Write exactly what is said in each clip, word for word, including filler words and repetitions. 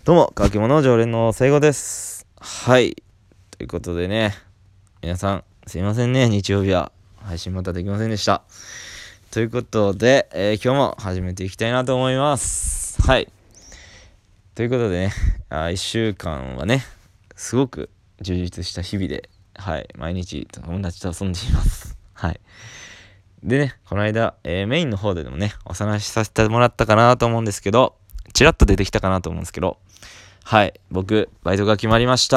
どうも、乾き物常連の聖子です。はい。ということでね、皆さん、すいませんね、日曜日は配信またできませんでした。ということで、えー、今日も始めていきたいなと思います。はい。ということでね、あいっしゅうかんはね、すごく充実した日々で、はい、毎日友達と遊んでいます。はい。でね、この間、えー、メインの方でもね、お話しさせてもらったかなと思うんですけど、ちらっと出てきたかなと思うんですけど、はい、僕、バイトが決まりました。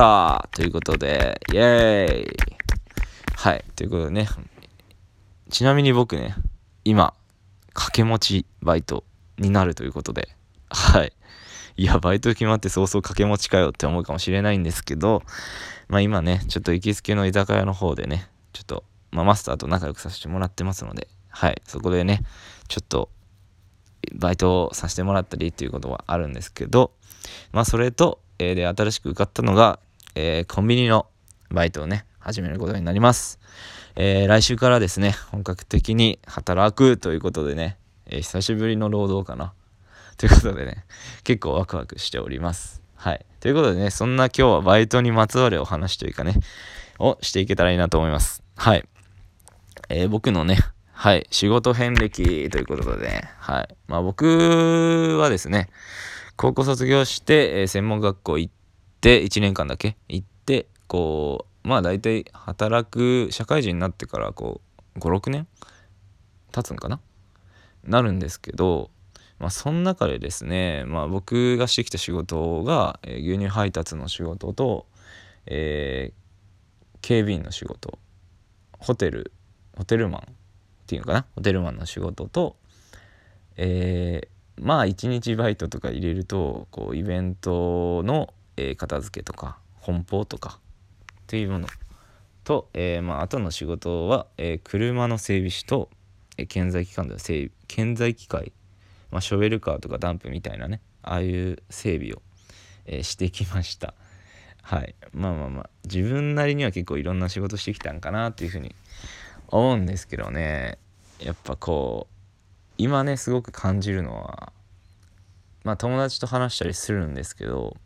ということで、イエーイ。はい、ということでね、ちなみに僕ね、今、掛け持ちバイトになるということで、はい。いや、バイト決まって早々掛け持ちかよって思うかもしれないんですけど、まあ今ね、ちょっと行きつけの居酒屋の方でね、ちょっと、まあマスターと仲良くさせてもらってますので、はい、そこでね、ちょっと、バイトをさせてもらったりっていうことはあるんですけど、まあそれと、えー、で新しく受かったのが、えー、コンビニのバイトをね始めることになります。えー、来週からですね本格的に働くということでね、えー、久しぶりの労働かなということでね結構ワクワクしております。はい、ということでね、そんな今日はバイトにまつわるお話というかねをしていけたらいいなと思います。はい、えー、僕のねはい、仕事遍歴ということでね、はい、まあ僕はですね、高校卒業して、えー、専門学校行っていちねんかんだけ行ってこうまあ大体働く社会人になってからこうごろくねん経つんかななるんですけど、まあその中でですね、まあ僕がしてきた仕事が、えー、牛乳配達の仕事と、えー、警備員の仕事、ホテルホテルマンっていうのかなホテルマンの仕事と、えーまあいちにちバイトとか入れるとこうイベントの、えー片付けとか梱包とかっていうものと、えーまああとの仕事は、えー車の整備士と、えー建材機関での整備建材機械、まあ、ショベルカーとかダンプみたいなねああいう整備を、えーしてきました。はい、まあまあまあ自分なりには結構いろんな仕事してきたんかなっていうふうに思うんですけどね、やっぱこう今ねすごく感じるのは、まあ友達と話したりするんですけど、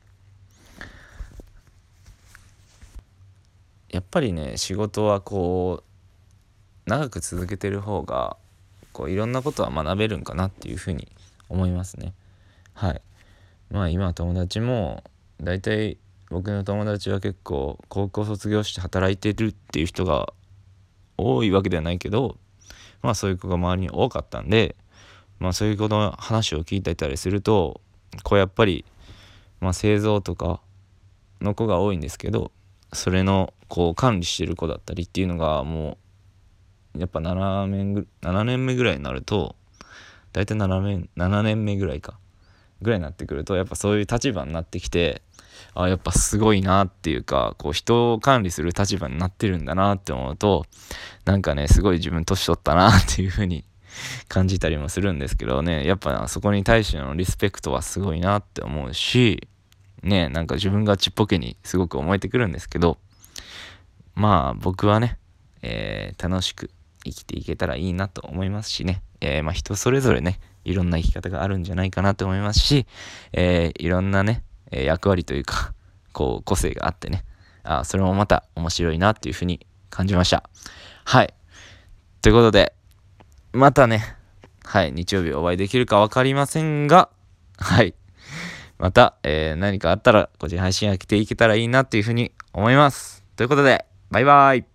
やっぱりね仕事はこう長く続けてる方がこういろんなことは学べるんかなっていうふうに思いますね。はい、まあ今友達もだいたい僕の友達は結構高校卒業して働いてるっていう人が多いわけではないけど、まあそういう子が周りに多かったんで、まあそういう子の話を聞いていたりすると、こうやっぱりまあ製造とかの子が多いんですけど、それのこう管理してる子だったりっていうのがもうやっぱななねんぐななねんめぐらいになると、だいたいななねんななねんめぐらいかぐらいになってくると、やっぱそういう立場になってきて、あやっぱすごいなっていうか、こう人を管理する立場になってるんだなって思うと、なんかねすごい自分年取ったなっていう風に感じたりもするんですけどね、やっぱそこに対してのリスペクトはすごいなって思うしね、なんか自分がちっぽけにすごく思えてくるんですけど、まあ僕はね、えー楽しく生きていけたらいいなと思いますしね、えーまあ人それぞれねいろんな生き方があるんじゃないかなと思いますし、えーいろんなねえー役割というかこう個性があってね、あそれもまた面白いなっていうふうに感じました。はい、ということでまたね、はい日曜日お会いできるか分かりませんが、はいまた、えー何かあったら個人配信やっていけたらいいなっていうふうに思います。ということでバイバイ。